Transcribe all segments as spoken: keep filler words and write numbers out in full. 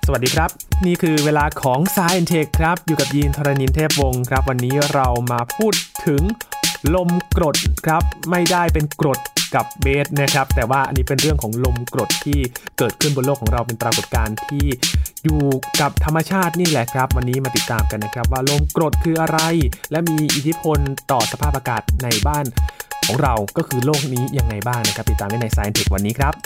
สวัสดีครับนี่คือเวลาของ Science Tech ครับอยู่กับยีน ธรณินทร์ เทพวงศ์ครับวันนี้เรามาพูดถึงลมกรดครับไม่ได้เป็นกรดกับเบสนะครับแต่ว่าอันนี้เป็นเรื่องของลมกรดที่เกิดขึ้นบนโลกของเราเป็นปรากฏการณ์ที่อยู่กับธรรมชาตินี่แหละครับวันนี้มาติดตามกันนะครับว่าลมกรดคืออะไรและมีอิทธิพลต่อสภาพอากาศในบ้านของเราก็คือโลกนี้ยังไงบ้างนะครับติดตามได้ใน Science Tech วันนี้ครับ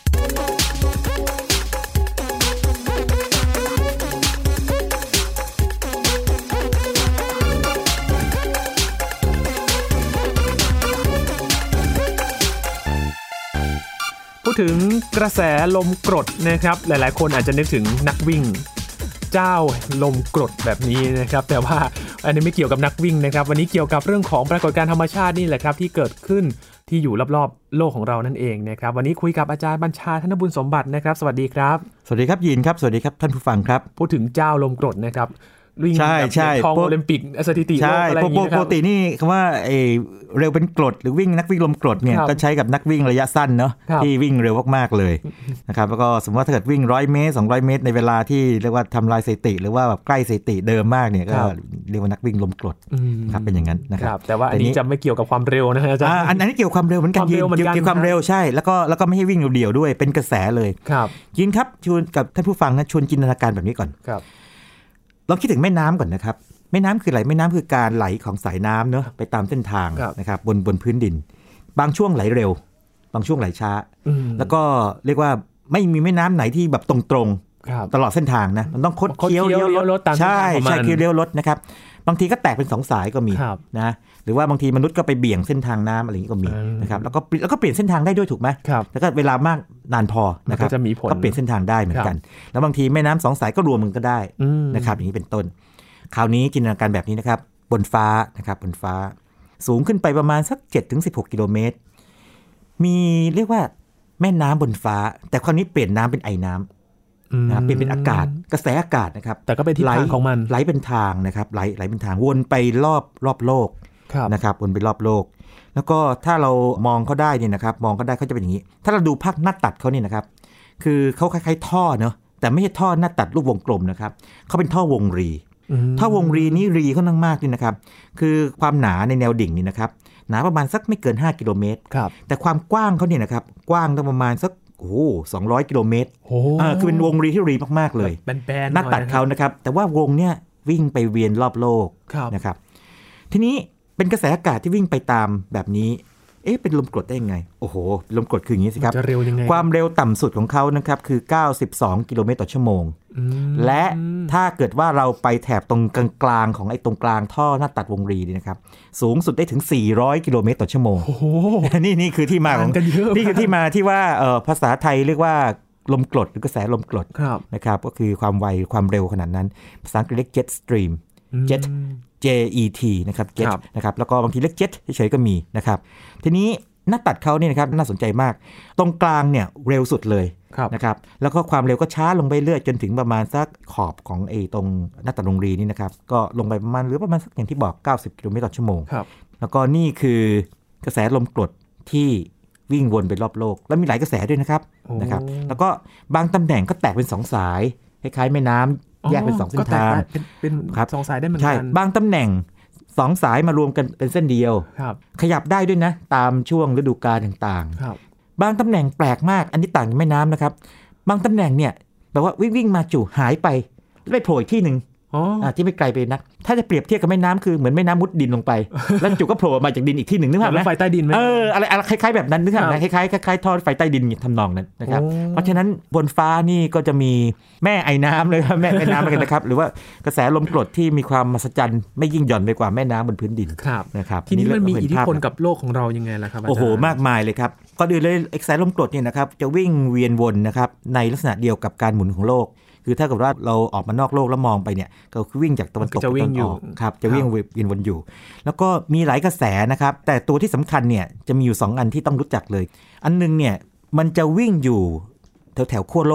พูดถึงกระแสลมกรดนะครับหลายๆคนอาจจะนึกถึงนักวิ่งเจ้าลมกรดแบบนี้นะครับแต่ว่าอันนี้ไม่เกี่ยวกับนักวิ่งนะครับวันนี้เกี่ยวกับเรื่องของปรากฏการณ์ธรรมชาตินี่แหละครับที่เกิดขึ้นที่อยู่รอบๆโลกของเรานั่นเองนะครับวันนี้คุยกับอาจารย์บัญชาธนบุญสมบัตินะครับสวัสดีครับสวัสดีครับยินครับสวัสดีครับท่านผู้ฟังครับพูดถึงเจ้าลมกรดนะครับวิ่งแบบทองโอลิมปิกสถิติโลกอะไรอย่างเงี้ยครับปกตินี่คำว่าเอเร็วเป็นกรดหรือวิ่งนักวิ่งลมกรดเนี่ยก็ใช้กับนักวิ่งระยะสั้นเนาะที่วิ่งเร็วมากๆเลยนะครับแล้วก็สมมติว่าถ้าเกิดวิ่งหนึ่งร้อยเมตรสองร้อยเมตรในเวลาที่เรียกว่าทำลายสถิติหรือว่าแบบใกล้สถิติเดิมมากเนี่ยก็เรียกว่านักวิ่งลมกรดครับเป็นอย่างนั้นนะครับแต่ว่าอันนี้จะไม่เกี่ยวกับความเร็วนะฮะอาจารย์อันนี้เกี่ยวกับความเร็วเหมือนกันยินเกี่ยวกับความเร็วใช่แล้วก็แล้วก็ไม่ให้วิ่งเดี่ยวด้วยเป็นกระแสเลยยินครับชวนกับท่านผู้ฟังนะชวนจินตนาการแบบนี้ก่อนลองคิดถึงแม่น้ำก่อนนะครับแม่น้ำคืออะไรแม่น้ำคือการไหลของสายน้ำเนอะไปตามเส้นทางนะครับบนบนพื้นดินบางช่วงไหลเร็วบางช่วงไหลช้าแล้วก็เรียกว่าไม่มีแม่น้ำไหนที่แบบตรงๆตลอดเส้นทางนะมันต้องคดเคี้ยวเลี้ยวรถใช่ใช่เคี้ยวเลี้ยวรถนะครับบางทีก็แตกเป็นสองสายก็มีนะหรือว่าบางทีมนุษย์ก็ไปเบี่ยงเส้นทางน้ำอะไรอย่างนี้ก็มีนะครับแล้วก็แล้วก็เปลี่ยนเส้นทางได้ด้วยถูกไหมแล้วก็เวลามากนานพอนะครับก็เปลี่ยนเส้นทางได้เหมือนกันแล้วบางทีแม่น้ำสองสายก็รวมกันก็ได้นะครับอย่างนี้เป็นต้นคราวนี้จินตนาการแบบนี้นะครับบนฟ้านะครับบนฟ้าสูงขึ้นไปประมาณสัก เจ็ดถึงสิบหก กิโลเมตรมีเรียกว่าแม่น้ำบนฟ้าแต่คราวนี้เปลี่ยนน้ำเป็นไอน้ำนะเปลี่ยนเป็นอากาศกระแสอากาศนะครับแต่ก็เป็นทิศทางของมันไหลเป็นทางนะครับไหลไหลเป็นทางวนไปรอบรอบโลกนะครับวนไปรอบโลกแล้วก็ถ้าเรามองเขาได้เนี่ยนะครับมองเขาได้เขาจะเป็นอย่างนี้ถ้าเราดูภาคหน้าตัดเขาเนี่ยนะครับคือเขาคล้ายๆท่อเนาะแต่ไม่ใช่ท่อหน้าตัดรูปวงกลมนะครับเขาเป็นท่อวงรีถ้าวงรีนี้รีค่อนข้างมากนี่นะครับคือความหนาในแนวดิ่งนี่นะครับหนาประมาณสักไม่เกินห้ากิโลเมตรแต่ความกว้างเขาเนี่ยนะครับกว้างตั้งประมาณสักโอ้สองร้อยกิโลเมตรอ่าคือเป็นวงรีที่รีมากๆเลยหน้าตัดเขานะครับแต่ว่าวงเนี่ยวิ่งไปเวียนรอบโลกนะครับทีนี้เป็นกระแสอากาศที่วิ่งไปตามแบบนี้เอ๊ะเป็นลมกรดได้ยังไงโอ้โหลมกรดคืออย่างนี้สิครับความเร็วต่ำสุดของเขานะครับคือเก้าสิบสองกิโลเมตรต่อชั่วโมงและถ้าเกิดว่าเราไปแถบตรงกลางๆของไอ้ตรงกลางท่อหน้าตัดวงรีนี่นะครับสูงสุดได้ถึงสี่ร้อยกิโลเมตรต่อชั่วโมงนี่นี่คือที่มาของนี่คือที่มาที่ว่าเอ่อภาษาไทยเรียกว่าลมกรดหรือกระแสลมกรดนะครับก็คือความไวความเร็วขนาดนั้นภาษาอังกฤษเรียก jet stream jet J E T นะครับ jet นะครับแล้วก็บางทีเรียก jet เฉยๆก็มีนะครับทีนี้หน้าตัดเขาเนี่ยนะครับน่าสนใจมากตรงกลางเนี่ยเร็วสุดเลยนะครับแล้วก็ความเร็วก็ช้าลงไปเรื่อยจนถึงประมาณสักขอบของไอ้ตรงหน้าตัดวงรีนี่นะครับก็ลงไปประมาณหรือประมาณสักอย่างที่บอกเก้าสิบกิโลเมตรต่อชั่วโมงแล้วก็นี่คือกระแสลมกรดที่วิ่งวนไปรอบโลกแล้วมีหลายกระแสด้วยนะครับนะครับแล้วก็บางตำแหน่งก็แตกเป็นสองสายคล้ายๆแม่น้ำแยกเป็นสองเส้นทางเป็นสองสายได้เหมือนกันบางตำแหน่งสองสายมารวมกันเป็นเส้นเดียวขยับได้ด้วยนะตามช่วงฤดูกาลต่างๆบางตำแหน่งแปลกมากอันนี้ต่างจากแม่น้ำนะครับบางตำแหน่งเนี่ยแบบว่าวิ่งวิ่งมาจู่หายไปแล้วไปโผล่อีกที่หนึ่งที่ไม่ไกลไปนักถ้าจะเปรียบเทียบกับแม่น้ำคือเหมือนแม่น้ำมุดดินลงไปแล้วจู่ก็โผล่มาจากดินอีกที่หนึ่งนึกภาพไหมไฟใต้ดินไหมเอออะไรอะไรคล้ายๆแบบนั้นนึกภาพไหมคล้ายๆคล้ายๆท่อไฟใต้ดินทำนองนั้นนะครับเพราะฉะนั้นบนฟ้านี่ก็จะมีแม่ไอ้น้ำเลยครับแม่แม่น้ำเลยนะครับหรือว่ากระแสลมกรดที่มีความมหัศจรรย์ไม่ยิ่งหย่อนไปกว่าแม่น้ำบนพื้นดินนะครับทีนี้มันมีอิทธิพลกับโลกของเรายังไงล่ะครับโอ้โหมากมายเลยครับก็ดูเลยกระแสลมกรดเนี่ยนะครับจะวิ่งเวียนวนนะครับในลักษณะเดียวกับการหมุนของโลกคือถ้าเกิดว่าเราออกมานอกโลกแล้วมองไปเนี่ยก็คือวิ่งจากตะวันตกไปตะวันออกครับจะวิ่งเวียนวนอยู่แล้วก็มีหลายกระแสนะครับแต่ตัวที่สำคัญเนี่ยจะมีอยู่สองอันที่ต้องรู้จักเลยอันนึงเนี่ยมันจะวิ่งอยู่แถวแถวขั้วโลก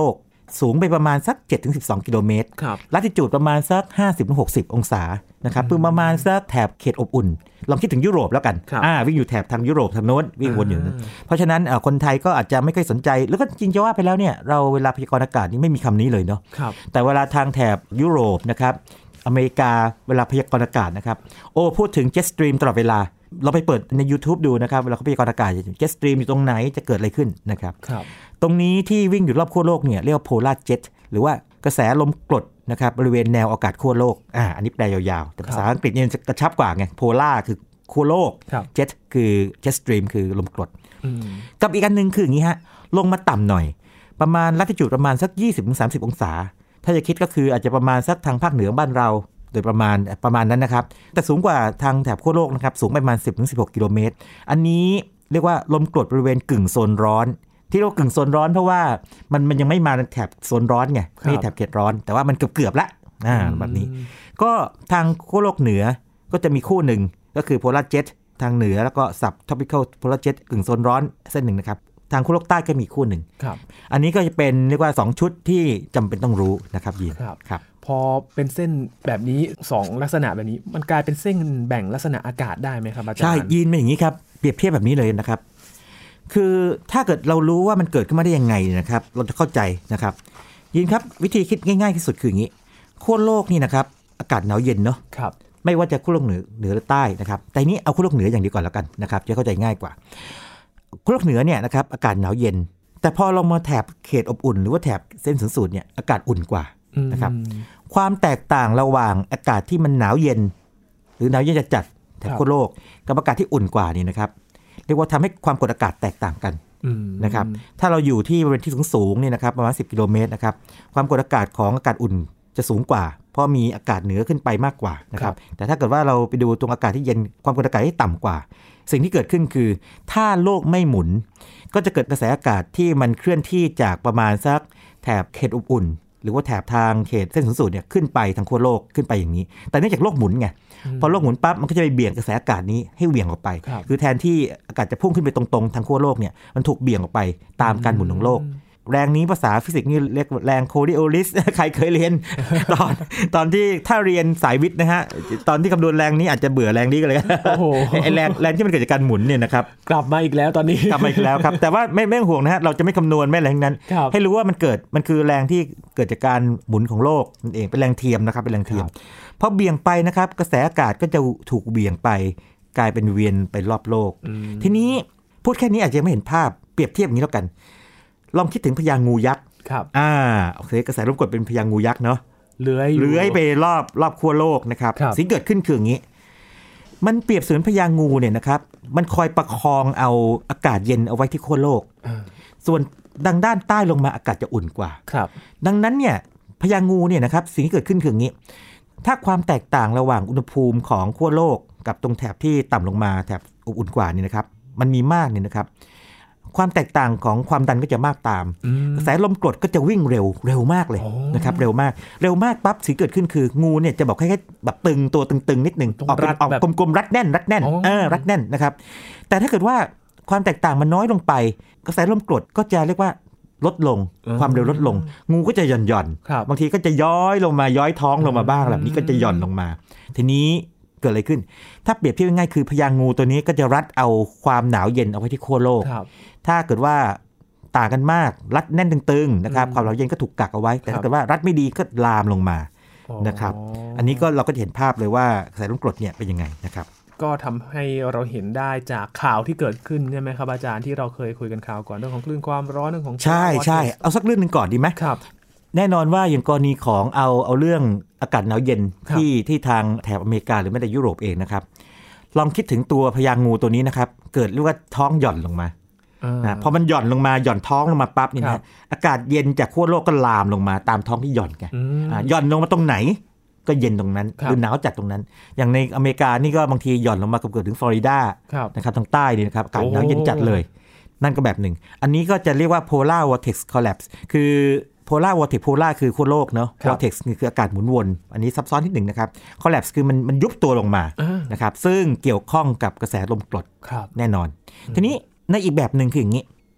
สูงไปประมาณสัก เจ็ดถึงสิบสอง กิโลเมตรลัติจูดประมาณสัก ห้าสิบถึงหกสิบ องศานะครับคือประมาณสักแถบเขตอบอุ่นลองคิดถึงยุโรปแล้วกันอ่าวิ่งอยู่แถบทางยุโรปทางโน้นวิ่งวนอยู่นั้นเพราะฉะนั้นคนไทยก็อาจจะไม่ค่อยสนใจแล้วก็จริงจะว่าไปแล้วเนี่ยเราเวลาพยากรณ์อากาศนี่ไม่มีคำนี้เลยเนาะแต่เวลาทางแถบยุโรปนะครับอเมริกาเวลาพยากรณ์อากาศนะครับโอ้พูดถึง Jet Stream ตลอดเวลาเราไปเปิดใน YouTube ดูนะครับเวลาเขาพยากรณ์อากาศ Jet Stream อยู่ตรงไหนจะเกิดอะไรขึ้นนะครับตรงนี้ที่วิ่งอยู่รอบขั้วโลกเนี่ยเรียกว่า Polar Jet หรือว่ากระแสลมกรดนะครับบริเวณแนวอากาศขั้วโลกอ่าอันนี้แปลยาวๆแต่ภาษาอังกฤษเนี่ยจะกระชับกว่าไง Polar คือขั้วโลก Jet คือ Jet Stream คือลมกรดกับอีกอันนึงคืออย่างนี้ฮะลงมาต่ำหน่อยประมาณลัติจูดประมาณสัก ยี่สิบถึงสามสิบ องศาถ้าจะคิดก็คืออาจจะประมาณสักทางภาคเหนือบ้านเราโดยประมาณประมาณนั้นนะครับแต่สูงกว่าทางแถบขั้วโลกนะครับสูงประมาณ สิบถึงสิบหก กิโลเมตรอันนี้เรียกว่าลมกรดบริเวณกึ่งโซนร้อนที่เรากึ่งโซนร้อนเพราะว่ามันมันยังไม่มาแถบโซนร้อนไงไม่แถบเขตร้อนแต่ว่ามันเกือบเกือบละอ่าแบบนี้ก็ทางขั้วโลกเหนือก็จะมีคู่หนึ่งก็คือ Polar Jet ทางเหนือแล้วก็ Subtropical Polar Jet กึ่งโซนร้อนเส้นหนึ่งนะครับทางขั้วโลกใต้ก็มีคู่หนึ่งอันนี้ก็จะเป็นเรียกว่าสองชุดที่จำเป็นต้องรู้นะครับยีนครับพอเป็นเส้นแบบนี้สองลักษณะแบบนี้มันกลายเป็นเส้นแบ่งลักษณะอากาศได้ไหมครับอาจารย์ใช่ยีนเป็นอย่างนี้ครับเปรียบเทียบแบบนี้เลยนะครับคือถ้าเกิดเรารู้ว่ามันเกิดขึ้นมาได้ยังไงนะครับเราจะเข้าใจนะครับยีนครับวิธีคิดง่ายๆที่สุดคืออย่างนี้ขั้วโลกนี่นะครับอากาศหนาวเย็นเนาะไม่ว่าจะขั้วโลกเหนือเหนือหรือใต้นะครับแต่นี้เอาขั้วโลกเหนืออย่างเดียวก่อนแล้วกันนะครับจะเข้าใจง่ายกว่าขั้วโลกเหนือเนี่ยนะครับอากาศหนาวเย็นแต่พอเรามาแถบเขตอบอุ่นหรือว่าแถบเส้นศูนย์สูตรเนี่ยอากาศอุ่นกว่านะครับความแตกต่างระหว่างอากาศที่มันหนาวเย็นหรือหนาวเย็นจัดๆแถบขั้วโลกกับอากาศที่อุ่นกว่านี่นะครับเรียกว่าทำให้ความกดอากาศแตกต่างกันนะครับถ้าเราอยู่ที่บริเวณที่สูงๆนี่นะครับประมาณสิบกิโลเมตรนะครับความกดอากาศของอากาศอุ่นจะสูงกว่าเพราะมีอากาศเหนือขึ้นไปมากกว่านะครับแต่ถ้าเกิดว่าเราไปดูตรงอากาศที่เย็นความกดอากาศที่ต่ำกว่าสิ่งที่เกิดขึ้นคือถ้าโลกไม่หมุนก็จะเกิดกระแสอากาศที่มันเคลื่อนที่จากประมาณสักแถบเขตอบอุ่นหรือว่าแถบทางเขตเส้นศูนย์สูตรเนี่ยขึ้นไปทางขั้วโลกขึ้นไปอย่างนี้แต่เนื่องจากโลกหมุนไงพอโลกหมุนปั๊บมันก็จะไปเบี่ยงกระแสอากาศนี้ให้เหวี่ยงออกไปคือแทนที่อากาศจะพุ่งขึ้นไปตรงๆทางขั้วโลกเนี่ยมันถูกเบี่ยงออกไปตามการหมุนของโลกแรงนี้ภาษาฟิสิกส์นี่เรียกแรงโคริโอลิสใครเคยเรียน ตอนตอนที่ถ้าเรียนสายวิทย์นะฮะตอนที่คำนวณแรงนี้อาจจะเบื่อแรงนี้กันเลยโอ้โหไอแรงแรงที่มันเกิดจากการหมุนเนี่ยนะครับกลับมาอีกแล้วตอนนี้กลับมาอีกแล้วครับแต่ว่าไม่ไม่ห่วงนะฮะเราจะไม่คำนวณไม่อะไรทั้งนั้นให้รู้ว่ามันเกิดมันคือแรงที่เกิดจากการหมุนของโลกนั่นเองเป็นแรงเทียมนะครับเป็นแรงเทียมพอเบี่ยงไปนะครับกระแสอากาศก็จะถูกเบี่ยงไปกลายเป็นเวียนไปรอบโลกทีนี้พูดแค่นี้อาจจะไม่เห็นภาพเปรียบเทียบอย่างนี้แล้วกันลองคิดถึงพญางูยักษ์ครับอ่าโอเคกระแสลมกดเป็นพญางูยักษ์เนาะเลื้อยเลื้อยไปรอบรอบขั้วโลกนะครับสิ่งเกิดขึ้นคืออย่างนี้มันเปรียบเสมือนพญางูเนี่ยนะครับมันคอยประคองเอาอากาศเย็นเอาไว้ที่ขั้วโลกส่วนดังด้านใต้ลงมาอากาศจะอุ่นกว่าครับดังนั้นเนี่ยพญางูเนี่ยนะครับสิ่งที่เกิดขึ้นคืออย่างนี้ถ้าความแตกต่างระหว่างอุณหภูมิของขั้วโลกกับตรงแถบที่ต่ำลงมาแถบอบอุ่นกว่านี่นะครับมันมีมากเนี่ยนะครับความแตกต่างของความดันก็จะมากตามกระแสลมกรดก็จะวิ่งเร็วเร็วมากเลยนะครับเร็วมากเร็วมากปั๊บสิ่งเกิดขึ้นคืองูเนี่ยจะบอกให้แบบตึงตัวตึงๆนิดนึงออกออกกลมๆรัดแน่นรัดแน่นเออรัดแน่นนะครับแต่ถ้าเกิดว่าความแตกต่างมันน้อยลงไปกระแสลมกรดก็จะเรียกว่าลดลงความเร็วลดลงงูก็จะหย่อนหย่อนบางทีก็จะย้อยลงมาย้อยท้องลงมาบ้างแบบนี้ก็จะหย่อนลงมาทีนี้เกิดอะไรขึ้นถ้าเปรียบเทียบง่ายๆคือพญางูตัวนี้ก็จะรัดเอาความหนาวเย็นเอาไว้ที่ขั้วโลกถ้าเกิดว่าต่างกันมากรัดแน่นตึงๆนะครับความหนาวเย็นก็ถูกกักเอาไว้แต่ถ้าเกิดว่ารัดไม่ดีก็ลามลงมานะครับอันนี้ก็เราก็จะเห็นภาพเลยว่ากระแสลมกรดเนี่ยเป็นยังไงนะครับก็ทำให้เราเห็นได้จากข่าวที่เกิดขึ้นใช่ไหมครับอาจารย์ที่เราเคยคุยกันข่าวก่อนเรื่องของคลื่นความร้อนเรื่องของใช่ใช่เอาสักเรื่องนึงก่อนดีไหมครับแน่นอนว่าอย่างกรณีของเอาเอาเรื่องอากาศหนาวเย็นที่ที่ทางแถบอเมริกาหรือแม้แต่ยุโรปเองนะครับลองคิดถึงตัวพญางูตัวนี้นะครับเกิดเรียกว่าท้องหย่อนลงมาพอมันหย่อนลงมาหย่อนท้องลงมาปั๊บนี่นะอากาศเย็นจากขั้วโลกก็ลามลงมาตามท้องที่หย่อนไงหย่อนลงมาตรงไหนก็เย็นตรงนั้นหรือหนาวจัดตรงนั้นอย่างในอเมริกานี่ก็บางทีหย่อนลงมาเกือบถึงฟลอริดานะครับทางใต้นี่นะครับอากาศหนาวเย็นจัดเลยนั่นก็แบบหนึ่งอันนี้ก็จะเรียกว่า polar vortex collapse คือpolar vortex polar คือขั้วโลกเนาะ vortex คืออากาศหมุนวนอันนี้ซับซ้อนนิดหนึ่งนะครับ collapse คือมันมันยุบตัวลงมานะครับซึ่งเกี่ยวข้องกับกระแสลมกรดแน่นอนทีนี้ในอีกแบบหนึ่งคืออย่างนี้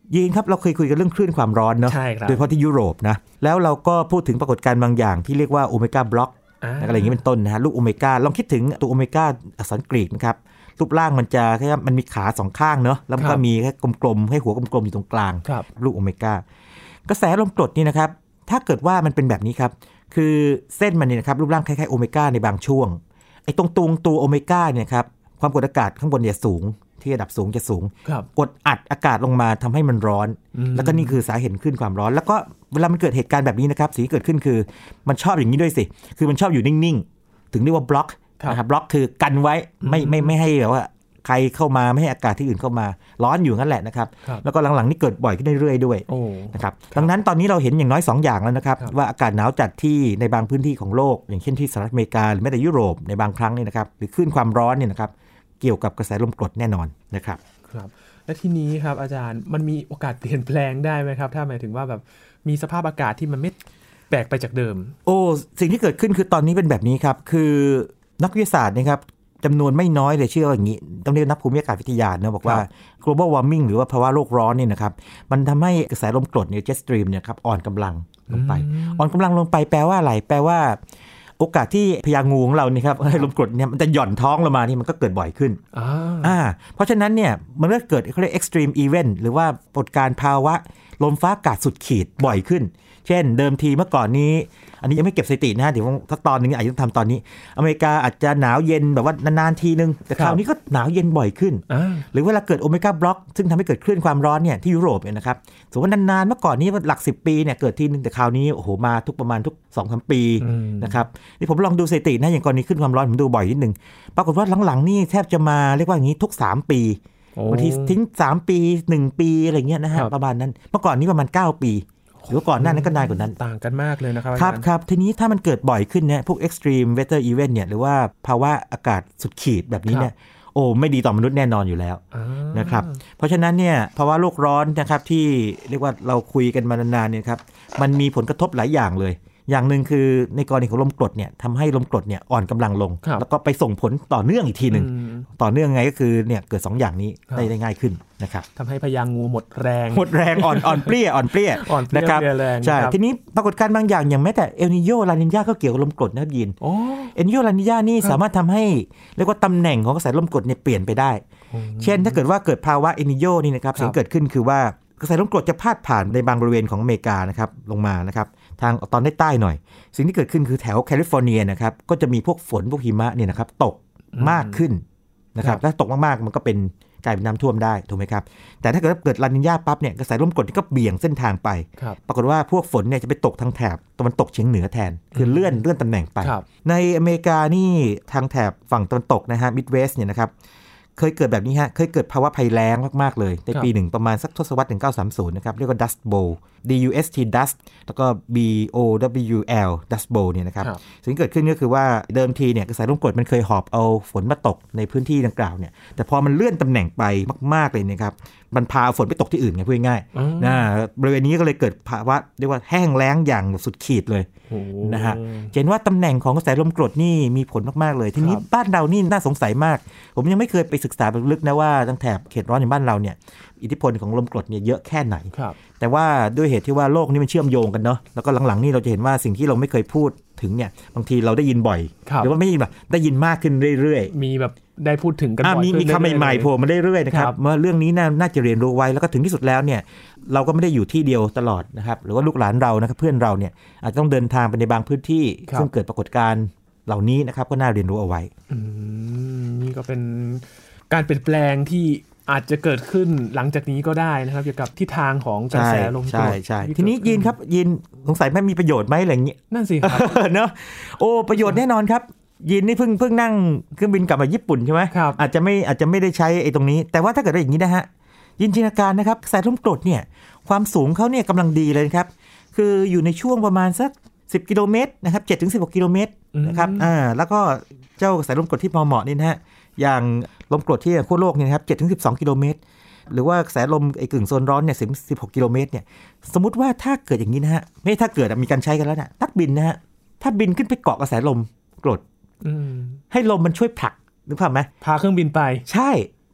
ยีนครับเราเคยคุยกันเรื่องคลื่นความร้อนเนาะโดยเฉพาะที่ยุโรปนะแล้วเราก็พูดถึงปรากฏการณ์บางอย่างที่เรียกว่าโอเมก้าบล็อกอะไรอย่างนี้เป็นต้นนะฮะลูกโอเมก้าลองคิดถึงตัวโอเมก้าอักษรกรีกนะครับรูปร่างมันจะแค่มันมีขาสองข้างเนาะแล้วมันก็มีแค่กลมๆให้หัวกลมๆอยู่ตรงกลางลูกโอเมก้ากระแสลมกรดนี่นะครับถ้าเกิดว่ามันเป็นแบบนี้ครับคือเส้นมันเนี่ยนะครับรูปร่างคล้ายๆโอเมก้าในบางช่วงไอ้ตรงตรงตัวโอเมก้าเนี่ยครับความกดอากาศข้างบนเนี่ยสูงที่ระดับสูงจะสูงกดอัดอากาศลงมาทำให้มันร้อนแล้วก็นี่คือสาเหตุขึ้นความร้อนแล้วก็เวลามันเกิดเหตุการณ์แบบนี้นะครับสิ่งที่เกิดขึ้นคือมันชอบอย่างนี้ด้วยสิคือมันชอบอยู่นิ่งๆถึงเรียกว่าบล็อกนะครับบล็อกคือกันไว้ไม่ไม่ไม่ให้แบบว่าใครเข้ามาไม่ให้อากาศที่อื่นเข้ามาร้อนอยู่นั่นแหละนะครับแล้วก็หลังๆนี่เกิดบ่อยขึ้นเรื่อยๆด้วยนะครับดังนั้นตอนนี้เราเห็นอย่างน้อยสองอย่างแล้วนะครับว่าอากาศหนาวจัดที่ในบางพื้นที่ของโลกอย่างเช่นที่สหรัฐอเมริกาหรือแม้แต่ยุโรปในบางครั้งนี่นะครับหรือคลื่นความร้อนเนี่ยนะครับเกี่ยวกับกระแสลมกรดแน่นอนนะครับครับและทีนี้ครับอาจารย์มันมีโอกาสเปลี่ยนแปลงได้ไหมครับถ้าหมายถึงว่าแบบมีสภาพอากาศที่มันไม่แปลกไปจากเดิมโอ้สิ่งที่เกิดขึ้นคือตอนนี้เป็นแบบนี้ครับคือนักวิทยาศาสตร์นะครับจำนวนไม่น้อยเลยเชื่อว่าอย่างนี้ต้องเรียกนักภูมิอากาศวิทยานะบอกว่า global warming หรือว่าภาวะโลกร้อนเนี่ยนะครับมันทำให้กระแสลมกรดเนี่ย jet stream เนี่ยครับอ่อนกำลังลงไปอ่อนกำลังลงไปแปลว่าอะไรแปลว่าโอกาสที่พญางูของเรานี่ครับลมกรดเนี่ยมันจะหย่อนท้องลงมานี่มันก็เกิดบ่อยขึ้นอ่าเพราะฉะนั้นเนี่ยมันก็เกิดเขาเรียก extreme event หรือว่าปรากฏการณ์ภาวะลมฟ้าอากาศสุดขีดบ่อยขึ้นเช่นเดิมทีเมื่อก่อนนี้อันนี้ยังไม่เก็บสถิตินะฮะเดี๋ยวถ้าตอนนึงอาจจะต้องทำตอนนี้อเมริกาอาจจะหนาวเย็นแบบว่านานๆทีนึงแต่คราวนี้ก็หนาวเย็นบ่อยขึ้นหรือเวลาเกิดโอเมก้าบล็อกซึ่งทำให้เกิดคลื่นความร้อนเนี่ยที่ยุโรปเนี่ยนะครับสมมติว่านานๆเมื่อก่อนนี้หลักสิบปีเนี่ยเกิดทีนึงแต่คราวนี้โอ้โหมาทุกประมาณทุก สองถึงสาม ปีนะครับนี่ผมลองดูสถิตินะอย่างกรณีคลื่นความร้อนผมดูบ่อยนิดนึงปรากฏว่าหลังๆนี่แทบจะมาเรียกว่าอย่างนี้ทุกสามปีบางทีทิ้งสามปีหนึ่งปีอะไรเงี้ยนะฮะประมาณนั้นเมื่อก่อนนี้ประมาณเก้าปีหรือก่อนหน้านั้นก็นานกว่านั้นต่างกันมากเลยนะครับครับครับทีนี้ถ้ามันเกิดบ่อยขึ้นเนี่ยพวก extreme weather event เนี่ยหรือว่าภาวะอากาศสุดขีดแบบนี้เนี่ยโอ้ไม่ดีต่อมนุษย์แน่นอนอยู่แล้วนะครับเพราะฉะนั้นเนี่ยภาวะโลกร้อนนะครับที่เรียกว่าเราคุยกันมานานๆเนี่ยครับมันมีผลกระทบหลายอย่างเลยอย่างหนึ่งคือในกรณีของลมกรดเนี่ยทำให้ลมกรดเนี่ยอ่อนกำลังลงแล้วก็ไปส่งผลต่อเนื่องอีกทีหนึ่งต่อเนื่องไงก็คือเนี่ยเกิดสองอย่างนี้ได้ได้ง่ายขึ้นนะครับทำให้พญางูหมดแรงหมดแรงอ่อนอ่อนเปรี้ยอ่อนเปรี้ยนะครับใช่ทีนี้ปรากฏการณ์บางอย่างอย่างแม้แต่เอลนิโญลานิญาก็เกี่ยวกับลมกรดนะครับยินเอลนิโญลานิญานี่สามารถทำให้เรียกว่าตำแหน่งของกระแสลมกรดเนี่ยเปลี่ยนไปได้เช่นถ้าเกิดว่าเกิดภาวะเอลนิโญนี่นะครับสิ่งเกิดขึ้นคือว่ากระแสลมกรดจะพาดผ่านในบางบริเวณของอเมริกานะครับลงมานะครับทางตอนใต้ๆหน่อยสิ่งที่เกิดขึ้นคือแถวแคลิฟอร์เนียนะครับก็จะมีพวกฝนพวกหิมะเนี่ยนะครับตกมากขึ้นนะครับถ้าตกมากๆมันก็เป็นกลายเป็นน้ำท่วมได้ถูกไหมครับแต่ถ้าเกิดเกิดลานิญาปั๊บเนี่ยกระแสลมกรดก็เบี่ยงเส้นทางไปปรากฏว่าพวกฝนเนี่ยจะไปตกทางแถบตะวันตกเฉียงเหนือแทนคือเลื่อนเลื่อนตำแหน่งไปในอเมริกานี่ทางแถบฝั่งตะวันตกนะฮะมิดเวสต์เนี่ยนะครับเคยเกิดแบบนี้ฮะเคยเกิดภาวะภัยแล้งมากๆเลยในปีหนึ่งประมาณสักทศวรรษหนึ่งพันเก้าร้อยสามสิบนะครับเรียกว่า Dust Bowl D U S T Dust แล้วก็ B O W L Dust Bowl เนี่ยนะครับสิ่งที่เกิดขึ้นก็คือว่าเดิมทีเนี่ยกระแสลมกรดมันเคยหอบเอาฝนมาตกในพื้นที่ดังกล่าวเนี่ยแต่พอมันเลื่อนตำแหน่งไปมากๆเลยนะครับมันพาฝนไปตกที่อื่นไงพูดง่ายๆนะบริเวณนี้ก็เลยเกิดภาวะเรียกว่าแห้งแล้งอย่างสุดขีดเลยนะฮะเห็นว่าตำแหน่งของกระแสลมกรดนี่มีผลมากๆเลยทีนี้บ้านเรานี่น่าสงสัยมากผมยังไม่เคยไปศึกษาลึกนะว่าตั้งแถบเขตร้อนในบ้านเราเนี่ยอิทธิพลของลมกรดเนี่ยเยอะแค่ไหนแต่ว่าด้วยเหตุที่ว่าโลกนี้มันเชื่อมโยงกันเนาะแล้วก็หลังๆนี่เราจะเห็นว่าสิ่งที่เราไม่เคยพูดถึงเนี่ยบางทีเราได้ยินบ่อยหรือว่าไม่ยินแบบได้ยินมากขึ้นเรื่อยๆมีแบบได้พูดถึงกันบ่อยขึ้นมีคำใหม่ๆโผล่มาเรื่อยๆนะครับเมื่อเรื่องนี้น่าจะเรียนรู้ไว้แล้วก็ถึงที่สุดแล้วเนี่ยเราก็ไม่ได้อยู่ที่เดียวตลอดนะครับหรือว่าลูกหลานเรานะครับเพื่อนเราเนี่ยอาจจะต้องเดินทางไปในบางพื้นที่ซึ่งเกิดปรากฏการณ์เหล่านี้นะครับก็น่าเรียนรู้เอาไว้นี่ก็เป็นการเปลี่ยนแปลงที่อาจจะเกิดขึ้นหลังจากนี้ก็ได้นะครับเกี่ยวกับทิศทางของกระแสลมกรดใช่ทีนี้ยินครับยินสงสัยไม่มีประโยชน์ไหมอะไรอย่างเงี้ยนั่นสิครับเนาะโอ้ประโยชน์แน่นอนครับยินนี่เพิ่งเพิ่งนั่งเครื่องบินกลับมาญี่ปุ่นใช่ไหมอาจจะไม่อาจจะไม่ได้ใช้ไอ้ตรงนี้แต่ว่าถ้าเกิดอย่างนี้นะฮะยินจินตนาการนะครับกระแสลมกรดเนี่ยความสูงเขาเนี่ยกำลังดีเลยครับคืออยู่ในช่วงประมาณสักสิบกิโลเมตรนะครับ เจ็ดถึงสิบหก กิโลเมตรนะครับอ่าแล้วก็เจ้ากระแสลมกรดที่เหมาะๆนี่นะฮะอย่างลมกรดที่ขั้วโลกเนี่ยนะครับ เจ็ดถึงสิบสอง กิโลเมตรหรือว่ากระแสลมไอ้กึ่งโซนร้อนเนี่ยสิบหกกิโลเมตรเนี่ยสมมุติว่าถ้าเกิดอย่างนี้นะฮะไม่ถ้าเกิดมีการใช้กันแล้วนะนักบินนะฮะถ้าบินขึ้นไปเกาะกระแสลมกรดให้ลมมันช่วยผลักนึกภาพไหมพาเครื่องบินไปใช่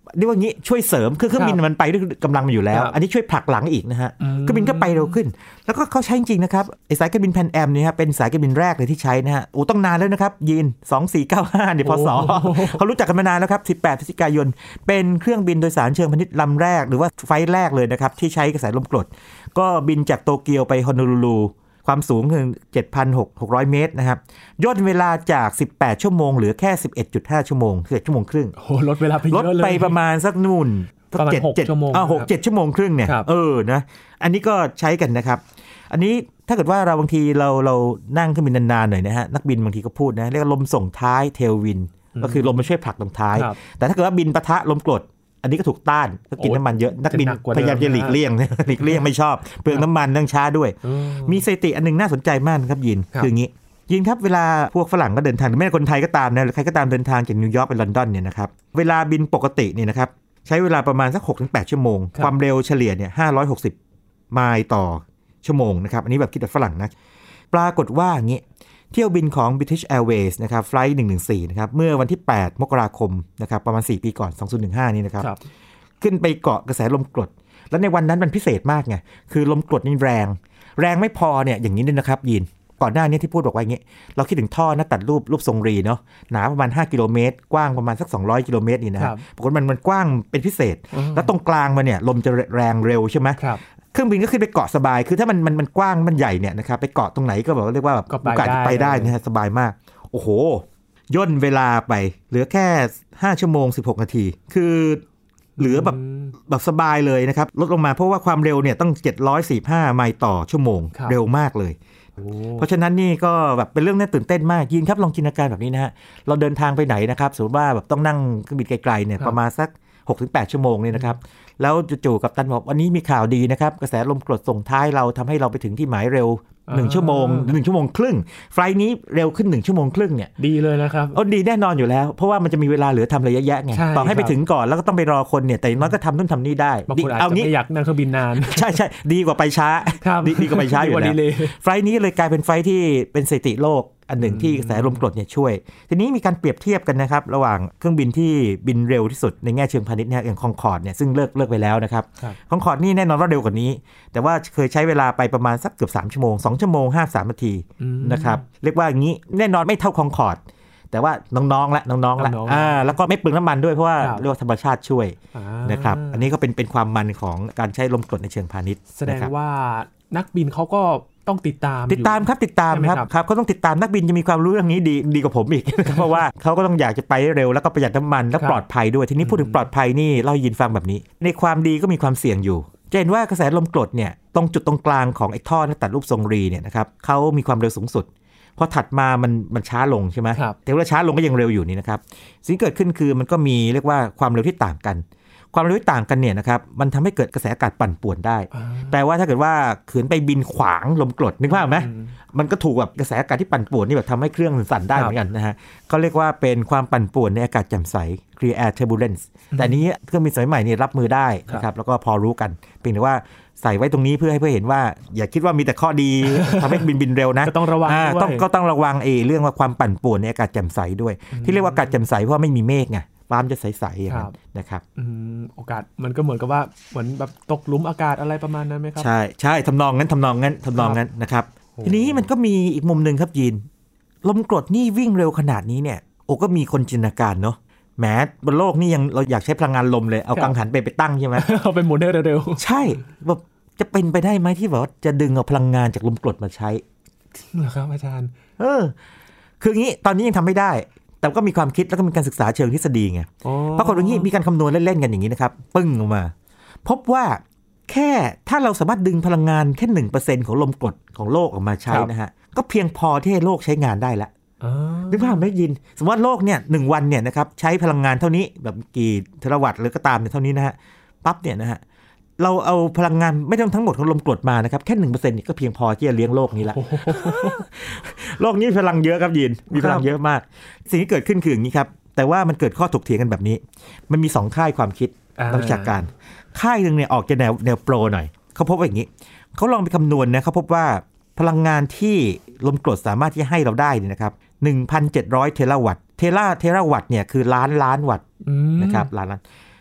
เรียกว่างี้ช่วยเสริมคือเครื่องบินมันไปด้วยกำลังมันอยู่แล้วอันนี้ช่วยผลักหลังอีกนะฮะเครื่องบินก็ไปเร็วขึ้นแล้วก็เขาใช้จริงๆนะครับไอ้สายการบินแพนแอมเนี่ยครับเป็นสายการบินแรกเลยที่ใช้นะฮะโอ้ต้องนานแล้วนะครับยีนสองสี่เก้าห้าเนี่ยพศเขารู้จักกันมานานแล้วครับสิบแปดพฤศจิกายนเป็นเครื่องบินโดยสารเชิงพาณิชย์ลำแรกหรือว่าไฟล์แรกเลยนะครับที่ใช้กระแสลมกรดก็บินจากโตเกียวไปฮอนโนลูลูความสูงถึง เจ็ดพันหกร้อย เมตรนะครับย่นเวลาจากสิบแปดชั่วโมงเหลือแค่ สิบเอ็ดจุดห้า ชั่วโมงคือสิบเอ็ดชั่วโมงครึ่งโอ้ลดเวลาไปเยอะเลยลดไปประมาณสักนู่นประมาณหกชั่วโมงอ่าหก เจ็ดชั่วโมงครึ่งเนี่ยเออนะอันนี้ก็ใช้กันนะครับอันนี้ถ้าเกิดว่าเราบางทีเราเรานั่งเครื่องบินนานๆหน่อยนะฮะนักบินบางทีก็พูดนะเรียกว่าลมส่งท้ายเทลวินก็คือลมมาช่วยผลักตรงท้ายแต่ถ้าเกิดว่าบินปะทะลมกรดอันนี้ก็ถูกต้านก็กินน้ำมันเยอะนักบินพยายามจะหลีกเลี่ยงหลีกเลี่ยงไม่ชอบเปลืองน้ำมันนั่งช้าด้วยมีสถิติอันนึงน่าสนใจมากครับยินคืออย่างนี้ยินครับเวลาพวกฝรั่งก็เดินทางไม่ใช่คนไทยก็ตามนะหรือใครก็ตามเดินทางจากนิวยอร์กไปลอนดอนเนี่ยนะครับเวลาบินปกติเนี่ยนะครับใช้เวลาประมาณสัก หกถึงแปด ชั่วโมงความเร็วเฉลี่ยเนี่ยห้าร้อยหกสิบไมล์ต่อชั่วโมงนะครับอันนี้แบบคิดแบบฝรั่งนะปรากฏว่าอย่างนี้เที่ยวบินของ British Airways นะครับไฟลท์หนึ่งหนึ่งสี่นะครับเมื่อวันที่แปดมกราคมนะครับประมาณสี่ปีก่อนสองพันสิบห้านี่นะครับขึ้นไปเกาะกระแสลมกรดแล้วในวันนั้นมันพิเศษมากไงคือลมกรดนี่แรงแรงไม่พอเนี่ยอย่างนี้ด้วยนะครับยินก่อนหน้านี้ที่พูดบอกว่าอย่างงี้เราคิดถึงท่อหน้าตัดรูปรูปทรงรีเนาะหนาประมาณห้ากิโลเมตรกว้างประมาณสักสองร้อยกิโลเมตรนี่นะครับปรากฏมันมันกว้างเป็นพิเศษแล้วตรงกลางมันเนี่ยลมจะแรงเร็วใช่ไหมเครื่องบินก็ขึ้นไปเกาะสบายคือถ้ามันมันมันกว้างมันใหญ่เนี่ยนะครับไปเกาะตรงไหนก็แบบเรียกว่าแบบโอกาสไปได้นะฮะสบายมากโอ้โหย่นเวลาไปเหลือแค่ห้าชั่วโมงสิบหกนาทีคือเหลือแบบแบบสบายเลยนะครับลดลงมาเพราะว่าความเร็วเนี่ยต้องเจ็ดร้อยสี่สิบห้าไมล์ต่อชั่วโมงเร็วมากเลยเพราะฉะนั้นนี่ก็แบบเป็นเรื่องน่าตื่นเต้นมากยินครับลองจินตนาการแบบนี้นะฮะเราเดินทางไปไหนนะครับสมมติว่าแบบต้องนั่งเครื่องบินไกลๆเนี่ยประมาณสัก หกถึงแปด ชั่วโมงเนี่ยนะครับแล้วจู่ๆกัปตันบอกวันนี้มีข่าวดีนะครับกระแสลมกรดส่งท้ายเราทำให้เราไปถึงที่หมายเร็วหนึ่งชั่วโมงหนึ่งชั่วโมงครึ่งไฟล์นี้เร็วขึ้นหนึ่งชั่วโมงครึ่งเนี่ยดีเลยนะครับอ๋อดีแน่นอนอยู่แล้วเพราะว่ามันจะมีเวลาเหลือทำอะไรเยอะแยะไงต่อให้ไปถึงก่อนแล้วก็ต้องไปรอคนเนี่ยแต่น้อยก็ทำนู่นทำนี่ได้บางคนอาจจะไม่อยากนั่งเครื่องบินนานใช่ใช่ดีกว่าไปช้าดีดีกว่าไปช้าอยู่แล้วไฟล์นี้เลยกลายเป็นไฟล์ที่เป็นสถิติโลกอันหนึ่งที่กระแสลมกรดเนี่ยช่วยทีนี้มีการเปรียบเทียบกันนะครับระหว่างเครื่องบินที่บินเร็วที่สุดในแง่เชิงพาณิชย์เนี่ยอย่างคองคอร์ดเนี่ยซึ่งเลิกเลิกไปแล้วนะครับคองคอร์ดนี่แน่นอนว่าเร็วกว่านี้แต่ว่าเคยใช้เวลาไปประมาณสักเกือบสามชั่วโมงสองชั่วโมงห้าสิบสามนาทีนะครับเรียกว่าอย่างนี้แน่นอนไม่เท่าคองคอร์ดแต่ว่าน้องๆละน้องๆละอ่าแล้วก็ไม่เปลืองน้ำมันด้วยเพราะว่าเรียกว่าธรรมชาติช่วยนะครับอันนี้ก็เป็นเป็นความมันของการใช้ลมกรดในเชิงพาณิชย์แสดงว่านักบินเขาก็ต้องติดตามติดตามครับติดตามครับครับเขาต้องติดตามนักบินจะมีความรู้เรื่องนี้ดีดีกว่าผมอีก เพราะว่าเขาก็ต้องอยากจะไปเร็วแล้วก็ประหยัดน้ำมันและปลอดภัยด้วยทีนี้พูดถึงปลอดภัยนี่เล่ายินฟังแบบนี้ในความดีก็มีความเสี่ยงอยู่จะเห็นว่ากระแสลมกรดเนี่ยตรงจุดตรงกลางของไอ้ท่อหน้าตัดรูปทรงรีเนี่ยนะครับเขามีความเร็วสูงสุดพอถัดมามันมันช้าลงใช่ไหมแต่ว่าช้าลงก็ยังเร็วอยู่นี่นะครับสิ่งที่เกิดขึ้นคือมันก็มีเรียกว่าความเร็วที่ต่างกันความเร็วที่ต่างกันเนี่ยนะครับมันทำให้เกิดกระแสอากาศปั่นป่วนได้แปลว่าถ้าเกิดว่าขืนไปบินขวางลมกรดนึกภาพไหมมันก็ถูกแบบกระแสอากาศที่ปั่นป่วนนี่แบบทำให้เครื่องสั่นได้เหมือนกันนะฮะเขาเรียกว่าเป็นความปั่นป่วนในอากาศแจ่มใส clear air turbulence แต่นี้เครื่องบินสมัยใหม่นี่รับมือได้นะครับแล้วก็พอรู้กันเพียงแต่ว่าใส่ไว้ตรงนี้เพื่อให้เพื่อเห็นว่าอย่าคิดว่ามีแต่ข้อดีทำให้บินบินเร็วนะก็ต้องระวังด้วยต้องก็ต้องระวังเอเรื่องว่าความปั่นป่วนในอากาศแจ่มใสด้วยที่เรียกว่าอากาศแจ่มใสเพราะไม่มีเมฆไงฟ้าจะใสๆอย่างนั้นนะครับโอกาสมันก็เหมือนกับว่าเหมือนแบบตกหลุมอากาศอะไรประมาณนั้นไหมครับใช่ใช่ทำนองนั้นทำนองนั้นทำนองนั้นนะครับทีนี้มันก็มีอีกมุมนึงครับยีนลมกรดนี่วิ่งเร็วขนาดนี้เนี่ยโอ้ก็มีคนจินตนาการเนาะแม้บนโลกนี่ยังเราอยากใช้พลังงานลมเลยเอากังหันไปไปตั้งใช่ไหมเอาไปหมุนให้เร็วๆใช่แบบจะเป็นไปได้ไหมที่แบบจะดึงเอาพลังงานจากลมกรดมาใช้เหรอครับอาจารย์เออคืองี้ตอนนี้ยังทำไม่ได้แต่ก็มีความคิดแล้วก็มีการศึกษาเชิงทฤษฎีไงปรากฏว่างี้มีการคำนวณเล่นๆกันอย่างนี้นะครับปึ้งออกมาพบว่าแค่ถ้าเราสามารถดึงพลังงานแค่ หนึ่งเปอร์เซ็นต์ ของลมกรดของโลกออกมาใช้นะฮะก็เพียงพอที่ให้โลกใช้งานได้แล้วนึกภาพไม่ยินสมมติว่าโลกเนี่ยหนึ่งวันเนี่ยนะครับใช้พลังงานเท่านี้แบบกี่เทราวัตต์หรือก็ตามเนี่ยเท่านี้นะฮะปั๊บเนี่ยนะฮะเราเอาพลังงานไม่ต้องทั้งหมดของลมกรดมานะครับแค่ หนึ่งเปอร์เซ็นต์ นี่ก็เพียงพอที่จะเลี้ยงโลกนี้ละ โลกนี้พลังเยอะครับยินมีพลังเยอะมากสิ่งที่เกิดขึ้นคืออย่างนี้ครับแต่ว่ามันเกิดข้อถกเถียงกันแบบนี้มันมีสองค่ายความคิดนักวิชาการค่ายนึงเนี่ยออกจะแนวแนวโปรหน่อยเขาพบว่าอย่างนี้เขาลองไปคำนวณนะเขาพบว่าพลังงานที่ลมกรดสามารถที่จะให้เราได้นี่นะครับ หนึ่งพันเจ็ดร้อย เทราวัตต์เทราเทราวัตต์เนี่ยคือล้านล้านวัตต์นะครับล้านล้าน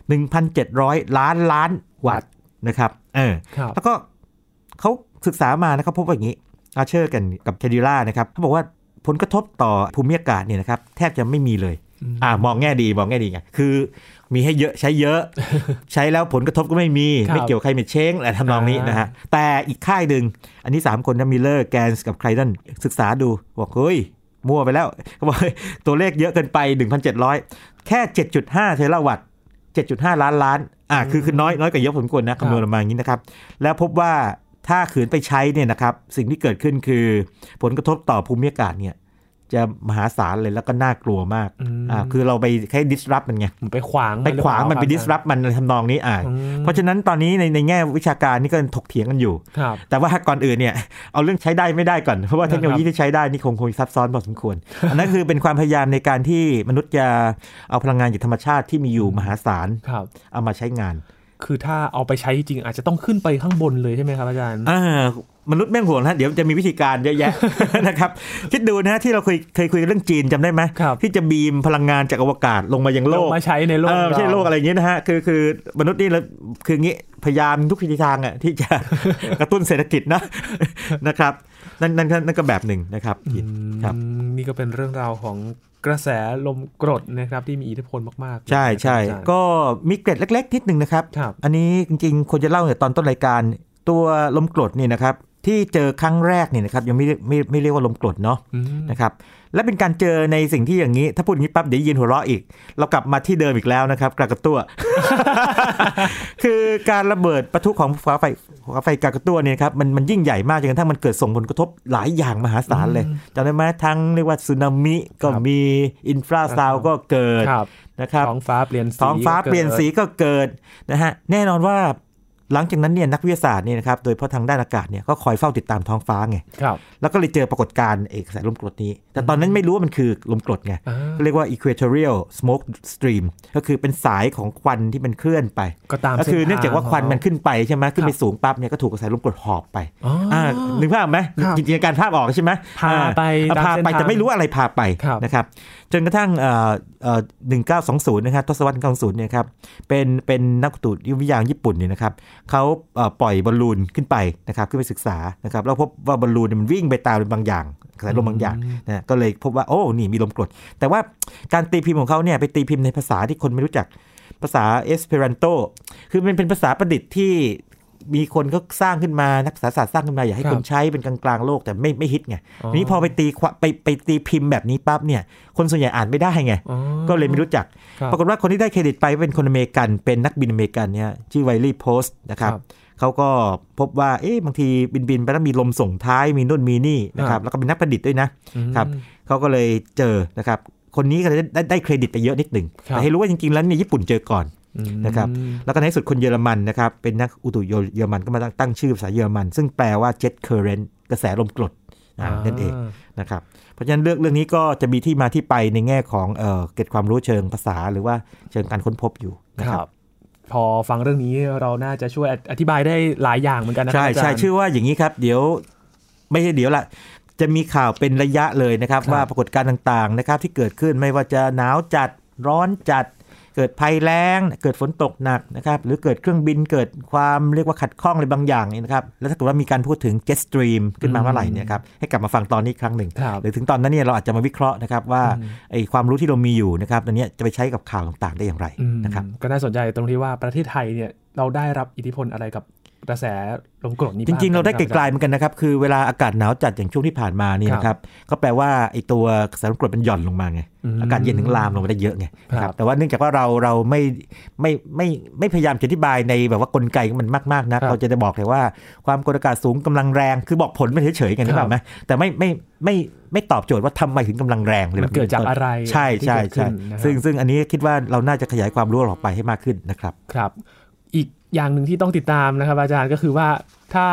หนึ่งพันเจ็ดร้อย ล้านล้านวัตต์นะครับเออแล้วก็เขาศึกษามานะครับพบว่าอย่างนี้อาเชอร์กันกับแคดิล่านะครับเขาบอกว่าผลกระทบต่อภูมิอากาศเนี่ยนะครับแทบจะไม่มีเลยอ่ามองแง่ดีมองแง่ดีไงคือมีให้เยอะใช้เยอะ ใช้แล้วผลกระทบก็ไม่มีไม่เกี่ยวใครไม่เช้งอะไรทำนองนี้นะฮะแต่อีกค่ายหนึ่งอันนี้สามคนนะมิลเลอร์แกนส์กับไคลตันศึกษาดูบอกเฮ้ยมั่วไปแล้วเขาบอกตัวเลขเยอะเกินไป หนึ่งพันเจ็ดร้อย แค่ เจ็ดจุดห้า เทราวัตต์ เจ็ดจุดห้า ล้านล้านอ่าคือคือน้อยน้อยกว่าเยอะพอสมควรนะคำนวณออกมาอย่างนี้นะครับแล้วพบว่าถ้าขืนไปใช้เนี่ยนะครับสิ่งที่เกิดขึ้นคือผลกระทบต่อภูมิอากาศเนี่ยจะมหาศาลเลยแล้วก็น่ากลัวมากอ่าคือเราไปแค่ disrupt มันไงไปขวางไปขวางมันไป disrupt มันในทำนองนี้อ่าเพราะฉะนั้นตอนนี้ในในแง่วิชาการนี่ก็ถกเถียงกันอยู่แต่ว่าก่อนอื่นเนี่ยเอาเรื่องใช้ได้ไม่ได้ก่อนเพราะว่าเทคโนโลยีที่ใช้ได้นี่คงคงซับซ้อนพอสมควรอันนั้นคือเป็นความพยายามในการที่มนุษย์จะเอาพลังงานจากธรรมชาติที่มีอยู่มหาศาลเอามาใช้งานคือถ้าเอาไปใช้จริงอาจจะต้องขึ้นไปข้างบนเลยใช่ไหมครับอาจารย์อ่ามนุษย์แม่งห่วงนะเดี๋ยวจะมีวิธีการเยอะแยะ นะครับคิดดูนะที่เราเคยเคยคุยเรื่องจีนจำได้ไหมที่จะบีมพลังงานจากอวกาศลงมายังโลกมาใช้ในโลกไม่ใช่โลกอะไรอย่างเงี้ยนะฮะคือคือมนุษย์นี่คืองี้พยายามทุกวิธีทางอ่ะที่จะ กระตุ้นเศรษฐกิจนะ นะครับนั่นนั่นนั่นก็แบบหนึ่งนะครับครับนี่ก็เป็นเรื่องราวของกระแสลมกรดนะครับที่มีอิทธิพลมากๆใช่ใช่ก็มีเกร็ดเล็กๆนิดนึงนะครับอันนี้จริงๆควรจะเล่าในตอนต้นรายการตัวลมกรดนี่นะครับที่เจอครั้งแรกเนี่ยนะครับยังไม่ไม่ไม่เรียกว่าลมกรดเนาะนะครับและเป็นการเจอในสิ่งที่อย่างนี้ถ้าพูดอย่างนี้ปั๊บเดี๋ยวยินหัวเราะอีกเรากลับมาที่เดิมอีกแล้วนะครับกากะตั้ว คือการระเบิดปะทุของภูเขาไฟภูเขาไฟกากะตั้วเนี่ยครับมันมันยิ่งใหญ่มากจนกระทั่งมันเกิดส่งผลกระทบหลายอย่างมหาศาลเลยจำได้ไหมทั้งเรียกว่าสึนามิก็มีอินฟราซาวด์ก็เกิดนะครับท้องฟ้าเปลี่ยนสีท้องฟ้าเปลี่ยนสีก็เกิดนะฮะแน่นอนว่าหลังจากนั้นเนี่ยนักวิทยาศาสตร์เนี่ยนะครับโดยเฉพาะทางด้านอากาศเนี่ยก็คอยเฝ้าติดตามท้องฟ้าไงแล้วก็เลยเจอปรากฏการณ์เอกสารลมกรดนี้แต่ตอนนั้นไม่รู้ว่ามันคือลมกรดไงเรียกว่า equatorial smoke stream ก็คือเป็นสายของควันที่มันเคลื่อนไปก็คือเนื่องจากว่าควันมันขึ้นไปใช่ไหมขึ้นไปสูงปั๊บเนี่ยก็ถูกกระแสลมกรดหอบไปอ่านึกภาพไหมจินตนาการภาพออกใช่ไหมพาไปพาไปแต่ไม่รู้อะไรพาไปนะครับจนกระทั่งเอ่อเอ่อหนึ่งพันเก้าร้อยยี่สิบนะครับทศวรรษหนึ่งพันเก้าร้อยยี่สิบเนี่ยครับเป็นเป็นนักอุตุนิยมวิทยาญี่ปุ่นเนี่ยนะครับเขาเอ่อปล่อยบอลลูนขึ้นไปนะครับขึ้นไปศึกษานะครับแล้วพบว่าบอลลูนมันวิ่งไปตามบางอย่างกระแสลมบางอย่างนะก็เลยพบว่าโอ้นี่มีลมกรดแต่ว่าการตีพิมพ์ของเขาเนี่ยไปตีพิมพ์ในภาษาที่คนไม่รู้จักภาษาเอสเปรันโตคือมันเป็นภาษาประดิษฐ์ที่มีคนก็สร้างขึ้นมานักภาษาศาสตร์สร้างขึ้นมาอยากให้คนใช้เป็นกลางๆโลกแต่ไม่ไม่ฮิตไงทีนี้พอไปตีไปไปตีพิมพ์แบบนี้ปั๊บเนี่ยคนส่วนใหญ่อ่านไม่ได้ไงก็เลยไม่รู้จักปรากฏว่าคนที่ได้เครดิตไปเป็นคนอเมริกันเป็นนักบินอเมริกันเนี่ยชื่อไวลี่โพสต์นะครับเขาก็พบว่าเอ๊ะบางทีบินบินไปแล้วมีลมส่งท้ายมีนู่นมีนี่นะครับแล้วก็เป็นนักประดิษฐ์ด้วยนะครับเขาก็เลยเจอนะครับคนนี้ก็เลยได้ได้เครดิตไปเยอะนิดหนึ่งแต่ให้รู้ว่าจริงๆแล้วเนี่ยญี่ปุ่นเจอก่อนนะครับแล้วก็ในที่สุดคนเยอรมันนะครับเป็นนักอุตุเยอรมันก็มาตั้งชื่อภาษาเยอรมันซึ่งแปลว่า jet current กระแสลมกรดนั่นเองนะครับเพราะฉะนั้นเรื่องเรื่องนี้ก็จะมีที่มาที่ไปในแง่ของเอ่อเกร็ดความรู้เชิงภาษาหรือว่าเชิงการค้นพบอยู่นะครับพอฟังเรื่องนี้เราน่าจะช่วยอธิบายได้หลายอย่างเหมือนกันนะครับใช่ใช่ชื่อว่าอย่างนี้ครับเดี๋ยวไม่ใช่เดี๋ยวละจะมีข่าวเป็นระยะเลยนะครับว่าปรากฏการณ์ต่างๆนะครับที่เกิดขึ้นไม่ว่าจะหนาวจัดร้อนจัดเกิดภัยแล้งเกิดฝนตกหนักนะครับหรือเกิดเครื่องบินเกิดความเรียกว่าขัดข้องอะไรบางอย่างนี่นะครับแล้วถ้าเกิดว่ามีการพูดถึง jet stream ขึ้นมาเมื่อไหร่เนี่ยครับให้กลับมาฟังตอนนี้ครั้งหนึ่งหรือถึงตอนนั้นเนี่ยเราอาจจะมาวิเคราะห์นะครับว่าไอ้ความรู้ที่เรามีอยู่นะครับตอนนี้จะไปใช้กับข่าวต่างๆได้อย่างไรนะครับก็น่าสนใจตรงที่ว่าประเทศไทยเนี่ยเราได้รับอิทธิพลอะไรกับกระแสลมกรดนี้จริงๆเราได้ไกลๆเหมือนกันนะครับคือเวลาอากาศหนาวจัดอย่างช่วงที่ผ่านมานี่นะครับก็แปลว่าไอ้ตัวกระแสลมกรดมันหย่อนลงมาไงอากาศเย็นถึงลามลงมาได้เยอะไงครับแต่ว่าเนื่องจากว่าเราเราไม่ไม่ไม่ไม่พยายามอธิบายในแบบว่ากลไกมันมากๆนะเราจะได้บอกเลยว่าความกดอากาศสูงกำลังแรงคือบอกผลไม่เฉยๆกันหรือเปล่าไหมแต่ไม่ไม่ไม่ไม่ตอบโจทย์ว่าทำไมถึงกำลังแรงเลยมันเกิดจากอะไรใช่ใช่ใช่ซึ่งซึ่งอันนี้คิดว่าเราน่าจะขยายความรู้ออกไปให้มากขึ้นนะครับครับอีกอย่างหนึ่งที่ต้องติดตามนะครับอาจารย์ก็คือว่าถ้า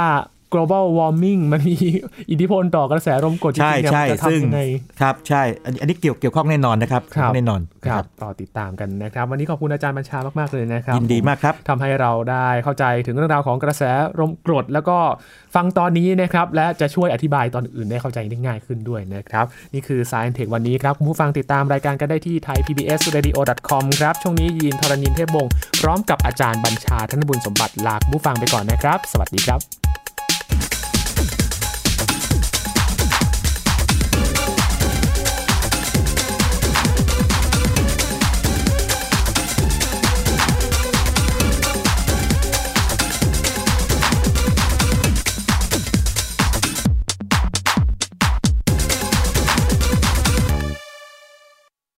global warming มันมีอิทธิพลต่อกระแสลมกดจริงๆเนี่ยจะทำยังไงครับใช่อันนี้เกี่ยวเกี่ยวข้องแน่นอนนะครับแน่นอนครับต่อติดตามกันนะครับวันนี้ขอบคุณอาจารย์บัญชามากๆเลยนะครับยินดีมากครับทำให้เราได้เข้าใจถึงเรื่องราวของกระแสลมกรดแล้วก็ฟังตอนนี้นะครับและจะช่วยอธิบายตอนอื่นได้เข้าใจได้ง่ายขึ้นด้วยนะครับนี่คือ Science Tech วันนี้ครับคุณผู้ฟังติดตามรายการกันได้ที่ ไทยพีบีเอสเรดิโอ ดอท คอม ครับช่วงนี้ยีนทรณินเทพวงศ์พร้อมกับอาจารย์บัญชาธนบุญสมบัติลาคุณผู้ฟังไปก่อนนะครับสวัสดีครับ